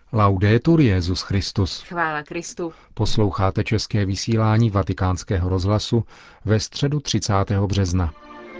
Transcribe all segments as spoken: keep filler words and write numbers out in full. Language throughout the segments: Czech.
Laudetur Jesus Christus. Chvála Kristu. Posloucháte české vysílání Vatikánského rozhlasu ve středu třicátého března.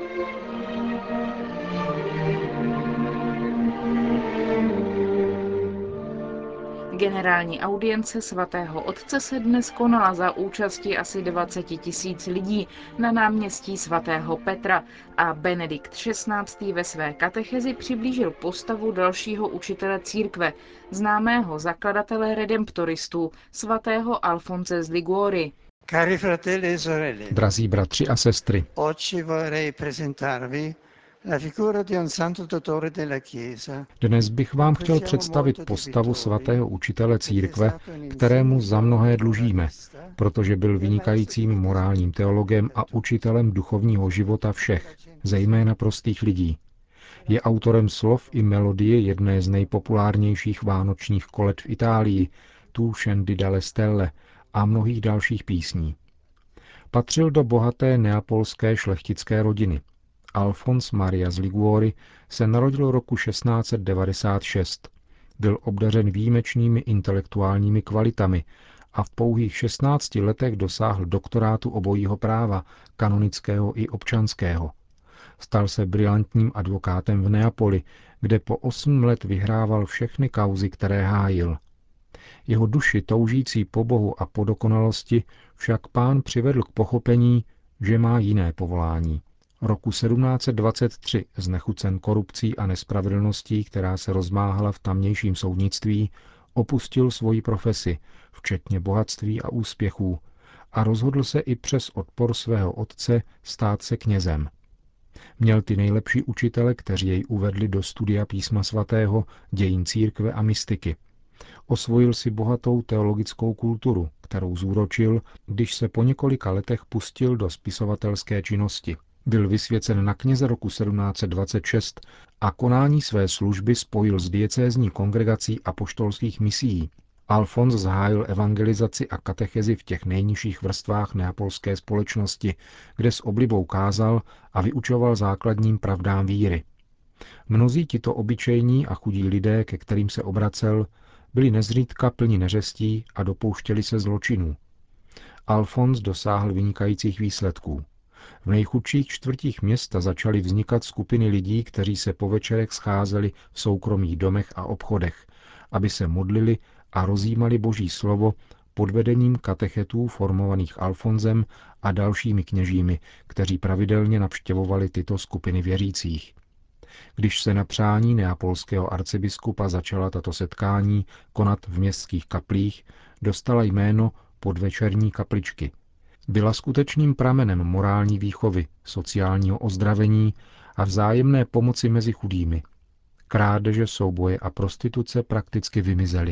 Generální audience svatého otce se dnes konala za účasti asi dvacet tisíc lidí na náměstí svatého Petra a Benedikt šestnáctý. Ve své katechezi přiblížil postavu dalšího učitele církve, známého zakladatele redemptoristů, svatého Alfonse z Liguori. Cari fratelli e sorelle, Drazí bratři a sestry, oggi vorrei presentarvi la figura di un santo dottore della Chiesa. dnes bych vám chtěl představit postavu svatého učitele církve, kterému za mnohé dlužíme, protože byl vynikajícím morálním teologem a učitelem duchovního života všech, zejména prostých lidí. Je autorem slov i melodie jedné z nejpopulárnějších vánočních koled v Itálii, Tu scendi dalle stelle, a mnohých dalších písní. Patřil do bohaté neapolské šlechtické rodiny. Alfons Maria z Liguori se narodil roku šestnáct set devadesát šest. Byl obdařen výjimečnými intelektuálními kvalitami a v pouhých šestnácti letech dosáhl doktorátu obojího práva, kanonického i občanského. Stal se brilantním advokátem v Neapoli, kde po osm let vyhrával všechny kauzy, které hájil. Jeho duši toužící po Bohu a po dokonalosti však Pán přivedl k pochopení, že má jiné povolání. Roku sedmnáct set dvacet tři, znechucen korupcí a nespravedlností, která se rozmáhala v tamnějším soudnictví, opustil svoji profesi, včetně bohatství a úspěchů, a rozhodl se i přes odpor svého otce stát se knězem. Měl ty nejlepší učitele, kteří jej uvedli do studia písma svatého, dějin církve a mystiky. Osvojil si bohatou teologickou kulturu, kterou zúročil, když se po několika letech pustil do spisovatelské činnosti. Byl vysvěcen na kněze roku sedmnáct set dvacet šest a konání své služby spojil s diecézní kongregací apoštolských misií. Alfons zahájil evangelizaci a katechezi v těch nejnižších vrstvách neapolské společnosti, kde s oblibou kázal a vyučoval základním pravdám víry. Mnozí tito obyčejní a chudí lidé, ke kterým se obracel, byli nezřídka plni neřestí a dopouštěli se zločinů. Alfons dosáhl vynikajících výsledků. V nejchudších čtvrtích města začaly vznikat skupiny lidí, kteří se po večerech scházeli v soukromých domech a obchodech, aby se modlili a rozjímali Boží slovo pod vedením katechetů formovaných Alfonsem a dalšími kněžími, kteří pravidelně navštěvovali tyto skupiny věřících. Když se na přání neapolského arcibiskupa začala tato setkání konat v městských kaplích, dostala jméno Podvečerní kapličky. Byla skutečným pramenem morální výchovy, sociálního ozdravení a vzájemné pomoci mezi chudými. Krádeže, souboje a prostituce prakticky vymizely.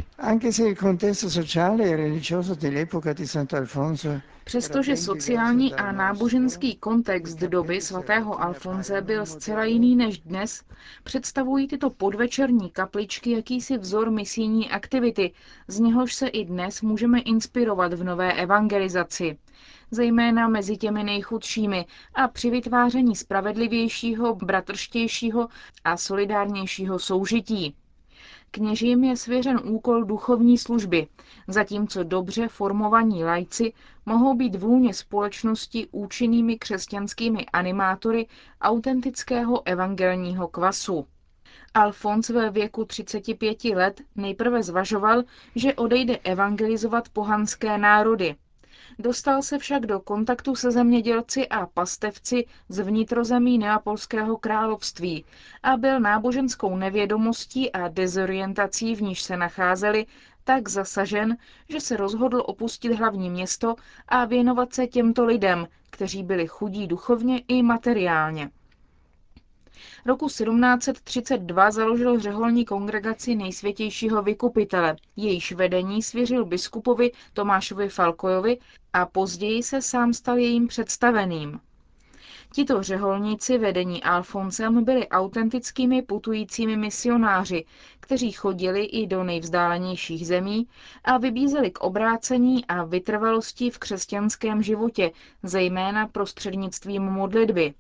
Přestože sociální a náboženský kontext doby svatého Alfonse byl zcela jiný než dnes, představují tyto podvečerní kapličky jakýsi vzor misijní aktivity, z něhož se i dnes můžeme inspirovat v nové evangelizaci, zejména mezi těmi nejchudšími a při vytváření spravedlivějšího, bratrštějšího a solidárnějšího soužití. Kněžím je svěřen úkol duchovní služby, zatímco dobře formovaní laici mohou být vůně společnosti účinnými křesťanskými animátory autentického evangelního kvasu. Alfons ve věku třiceti pěti let nejprve zvažoval, že odejde evangelizovat pohanské národy. Dostal se však do kontaktu se zemědělci a pastevci z vnitrozemí Neapolského království a byl náboženskou nevědomostí a dezorientací, v níž se nacházeli, tak zasažen, že se rozhodl opustit hlavní město a věnovat se těmto lidem, kteří byli chudí duchovně i materiálně. Roku sedmnáct set třicet dva založil řeholní kongregaci Nejsvětějšího vykupitele, jejíž vedení svěřil biskupovi Tomášovi Falkojovi a později se sám stal jejím představeným. Tito řeholníci vedení Alfonsem byli autentickými putujícími misionáři, kteří chodili i do nejvzdálenějších zemí a vybízeli k obrácení a vytrvalosti v křesťanském životě, zejména prostřednictvím modlitby.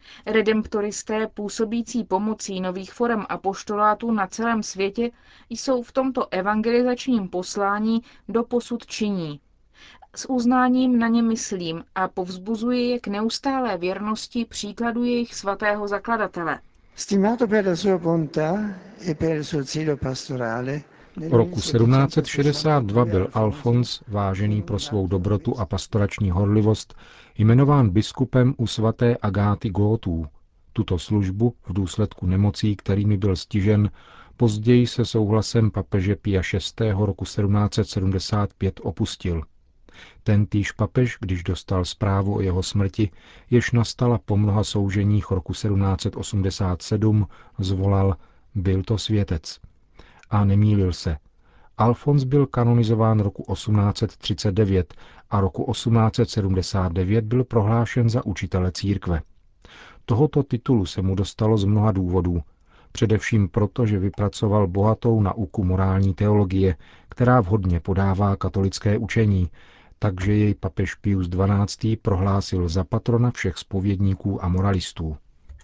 Redemptoristé působící pomocí nových forem apoštolátů na celém světě jsou v tomto evangelizačním poslání doposud činní. S uznáním na ně myslím a povzbuzuji je k neustálé věrnosti příkladu jejich svatého zakladatele. Stimato per la sua bontà e per il suo zelo pastorale, Roku sedmnáct set šedesát dva byl Alfons, vážený pro svou dobrotu a pastorační horlivost, jmenován biskupem u svaté Agáty Gótů. Tuto službu v důsledku nemocí, kterými byl stižen, později se souhlasem papeže Pia šestého. roku sedmnáct set sedmdesát pět opustil. Tentýž papež, když dostal zprávu o jeho smrti, jež nastala po mnoha souženích roku sedmnáct set osmdesát sedm, zvolal: byl to světec. A nemýlil se. Alfons byl kanonizován roku osmnáct set třicet devět a roku osmnáct set sedmdesát devět byl prohlášen za učitele církve. Tohoto titulu se mu dostalo z mnoha důvodů, především proto, že vypracoval bohatou nauku morální teologie, která vhodně podává katolické učení, takže jej papež Pius dvanáctý. Prohlásil za patrona všech zpovědníků a moralistů.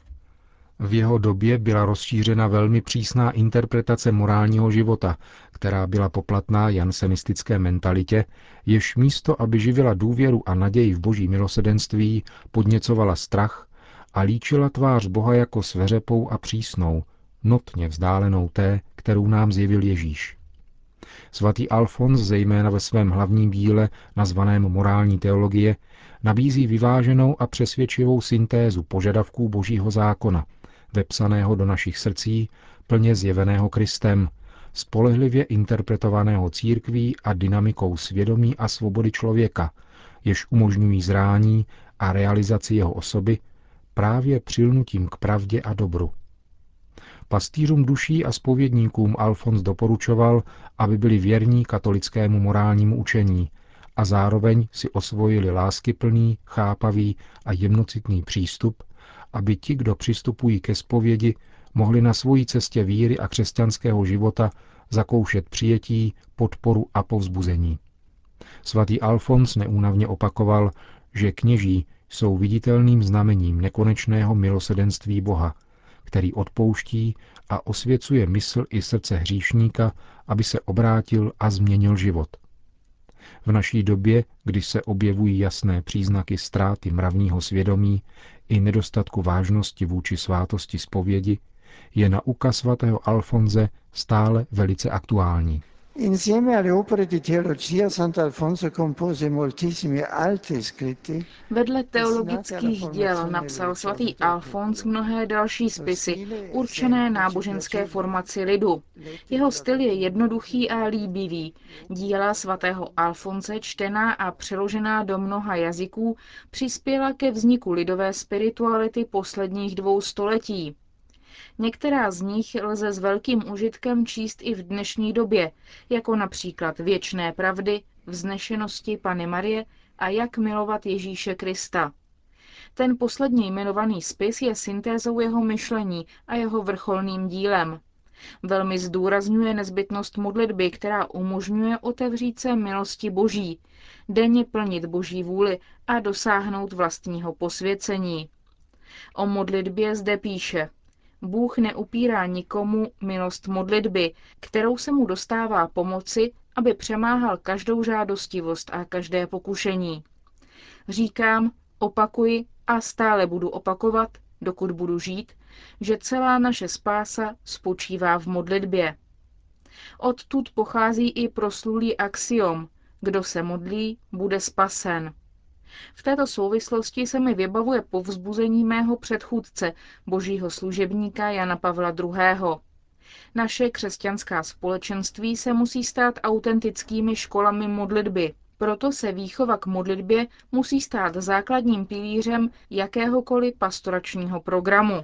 V jeho době byla rozšířena velmi přísná interpretace morálního života, která byla poplatná jansenistické mentalitě, jež místo, aby živila důvěru a naději v boží milosedenství, podněcovala strach a líčila tvář Boha jako sveřepou a přísnou, notně vzdálenou té, kterou nám zjevil Ježíš. Svatý Alfons, zejména ve svém hlavním díle nazvaném Morální teologie, nabízí vyváženou a přesvědčivou syntézu požadavků božího zákona, vepsaného do našich srdcí, plně zjeveného Kristem, spolehlivě interpretovaného církví a dynamikou svědomí a svobody člověka, jež umožňují zrání a realizaci jeho osoby právě přilnutím k pravdě a dobru. Pastýřům duší a zpovědníkům Alfons doporučoval, aby byli věrní katolickému morálnímu učení a zároveň si osvojili láskyplný, chápavý a jemnocitný přístup, aby ti, kdo přistupují ke zpovědi, mohli na svojí cestě víry a křesťanského života zakoušet přijetí, podporu a povzbuzení. Svatý Alfons neúnavně opakoval, že kněží jsou viditelným znamením nekonečného milosedenství Boha, který odpouští a osvěcuje mysl i srdce hříšníka, aby se obrátil a změnil život. V naší době, kdy se objevují jasné příznaky ztráty mravního svědomí i nedostatku vážnosti vůči svátosti zpovědi, je nauka svatého Alfonse stále velice aktuální. Insieme alle opere di teologia Sant'Alfonso compose moltissimi altri scritti. Vedle teologických děl napsal svatý Alfons mnohé další spisy, určené náboženské formaci lidu. Jeho styl je jednoduchý a líbivý. Díla svatého Alfonse, čtená a přeložená do mnoha jazyků, přispěla ke vzniku lidové spirituality posledních dvou století. Některá z nich lze s velkým užitkem číst i v dnešní době, jako například Věčné pravdy, Vznešenosti Panny Marie a Jak milovat Ježíše Krista. Ten posledně jmenovaný spis je syntézou jeho myšlení a jeho vrcholným dílem. Velmi zdůrazňuje nezbytnost modlitby, která umožňuje otevřít se milosti Boží, denně plnit Boží vůli a dosáhnout vlastního posvěcení. O modlitbě zde píše: Bůh neupírá nikomu milost modlitby, kterou se mu dostává pomoci, aby přemáhal každou žádostivost a každé pokušení. Říkám, opakuji a stále budu opakovat, dokud budu žít, že celá naše spása spočívá v modlitbě. Odtud pochází i proslulý axiom: kdo se modlí, bude spasen. V této souvislosti se mi vybavuje povzbuzení mého předchůdce, božího služebníka Jana Pavla druhého. Naše křesťanská společenství se musí stát autentickými školami modlitby. Proto se výchova k modlitbě musí stát základním pilířem jakéhokoliv pastoračního programu.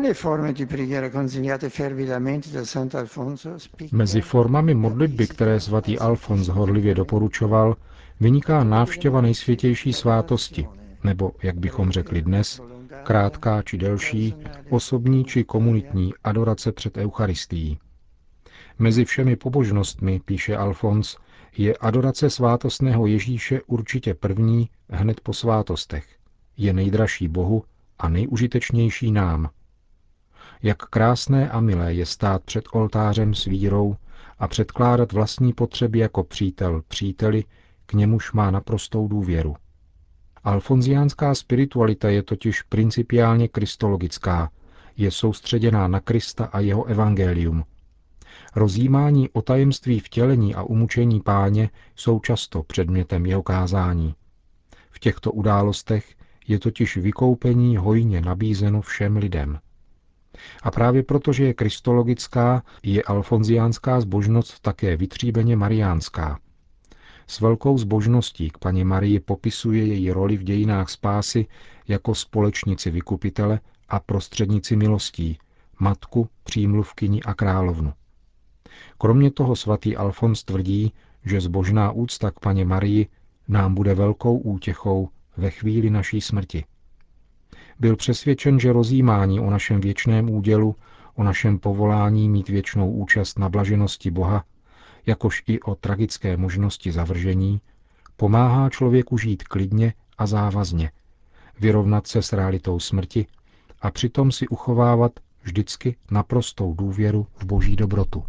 Mezi formami modlitby, které svatý Alfons horlivě doporučoval, vyniká návštěva nejsvětější svátosti, nebo, jak bychom řekli dnes, krátká či delší, osobní či komunitní adorace před Eucharistií. Mezi všemi pobožnostmi, píše Alfons, je adorace svátostného Ježíše určitě první hned po svátostech. Je nejdražší Bohu a nejužitečnější nám. Jak krásné a milé je stát před oltářem s vírou a předkládat vlastní potřeby jako přítel příteli, k němuž má naprostou důvěru. Alfonziánská spiritualita je totiž principiálně kristologická, je soustředěná na Krista a jeho evangelium. Rozjímání o tajemství vtělení a umučení Páně jsou často předmětem jeho kázání. V těchto událostech je totiž vykoupení hojně nabízeno všem lidem. A právě proto, že je kristologická, je alfonziánská zbožnost také vytříbeně mariánská. S velkou zbožností k Panně Marii popisuje její roli v dějinách spásy jako společnici vykupitele a prostřednici milostí, matku, přímluvkyni a královnu. Kromě toho svatý Alfons tvrdí, že zbožná úcta k Panně Marii nám bude velkou útěchou ve chvíli naší smrti. Byl přesvědčen, že rozjímání o našem věčném údělu, o našem povolání mít věčnou účast na blaženosti Boha, jakož i o tragické možnosti zavržení, pomáhá člověku žít klidně a závazně, vyrovnat se s realitou smrti a přitom si uchovávat vždycky naprostou důvěru v boží dobrotu.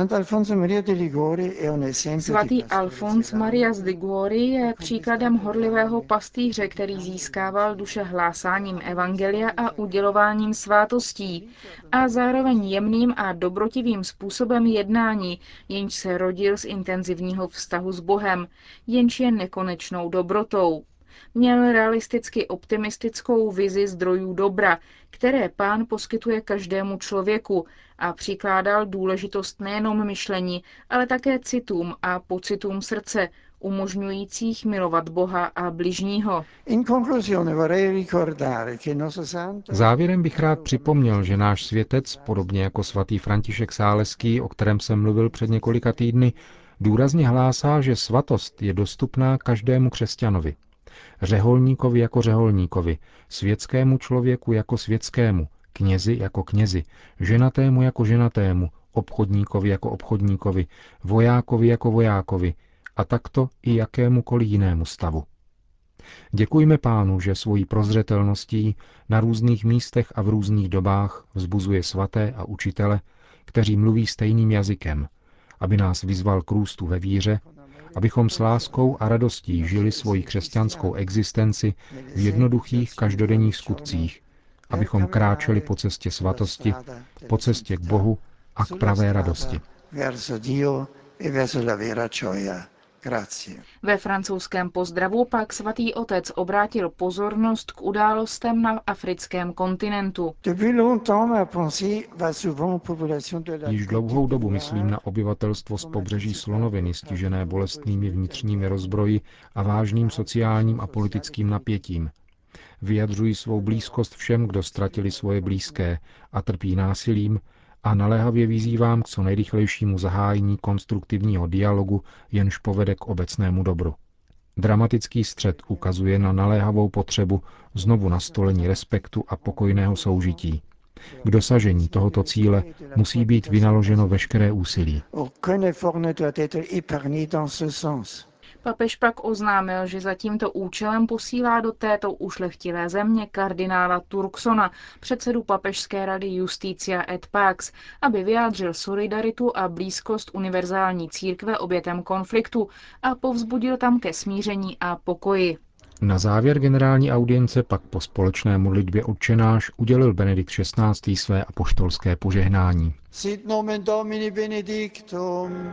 Svatý Alfons Maria z Liguori je příkladem horlivého pastýře, který získával duše hlásáním evangelia a udělováním svátostí a zároveň jemným a dobrotivým způsobem jednání, jenž se rodil z intenzivního vztahu s Bohem, jenž je nekonečnou dobrotou. Měl realisticky optimistickou vizi zdrojů dobra, které Pán poskytuje každému člověku, a přikládal důležitost nejenom myšlení, ale také citům a pocitům srdce, umožňujících milovat Boha a bližního. Závěrem bych rád připomněl, že náš světec, podobně jako svatý František Sáleský, o kterém jsem mluvil před několika týdny, důrazně hlásá, že svatost je dostupná každému křesťanovi. Řeholníkovi jako řeholníkovi, světskému člověku jako světskému, knězi jako knězi, ženatému jako ženatému, obchodníkovi jako obchodníkovi, vojákovi jako vojákovi a takto i jakémukoliv jinému stavu. Děkujme Pánu, že svojí prozřetelností na různých místech a v různých dobách vzbuzuje svaté a učitele, kteří mluví stejným jazykem, aby nás vyzval k růstu ve víře, abychom s láskou a radostí žili svoji křesťanskou existenci v jednoduchých každodenních skutcích, abychom kráčeli po cestě svatosti, po cestě k Bohu a k pravé radosti. Ve francouzském pozdravu pak svatý otec obrátil pozornost k událostem na africkém kontinentu. Již dlouhou dobu myslím na obyvatelstvo z pobřeží Slonoviny stižené bolestnými vnitřními rozbroji a vážným sociálním a politickým napětím. Vyjadřují svou blízkost všem, kdo ztratili svoje blízké a trpí násilím, a naléhavě vyzývám k co nejrychlejšímu zahájení konstruktivního dialogu, jenž povede k obecnému dobru. Dramatický střet ukazuje na naléhavou potřebu znovu nastolení respektu a pokojného soužití. K dosažení tohoto cíle musí být vynaloženo veškeré úsilí. Papež pak oznámil, že za tímto účelem posílá do této ušlechtilé země kardinála Turksona, předsedu papežské rady Justitia et Pax, aby vyjádřil solidaritu a blízkost univerzální církve obětem konfliktu a povzbudil tam ke smíření a pokoji. Na závěr generální audience pak po společné modlitbě Otčenáš udělil Benedikt šestnáctý. Své apoštolské požehnání. Sit nomen Domini benedictum.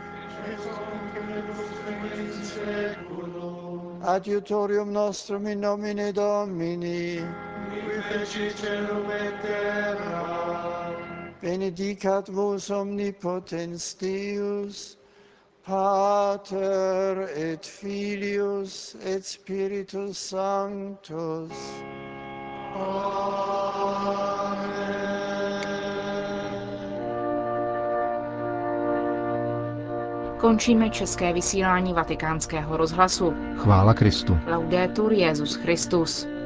Adiutorium nostrum in nomine Domini. Benedicat vos omnipotens Deus, Pater et Filius et Spiritus Sanctus. Amen. Končíme české vysílání Vatikánského rozhlasu. Chvála Kristu. Laudetur Jesus Christus.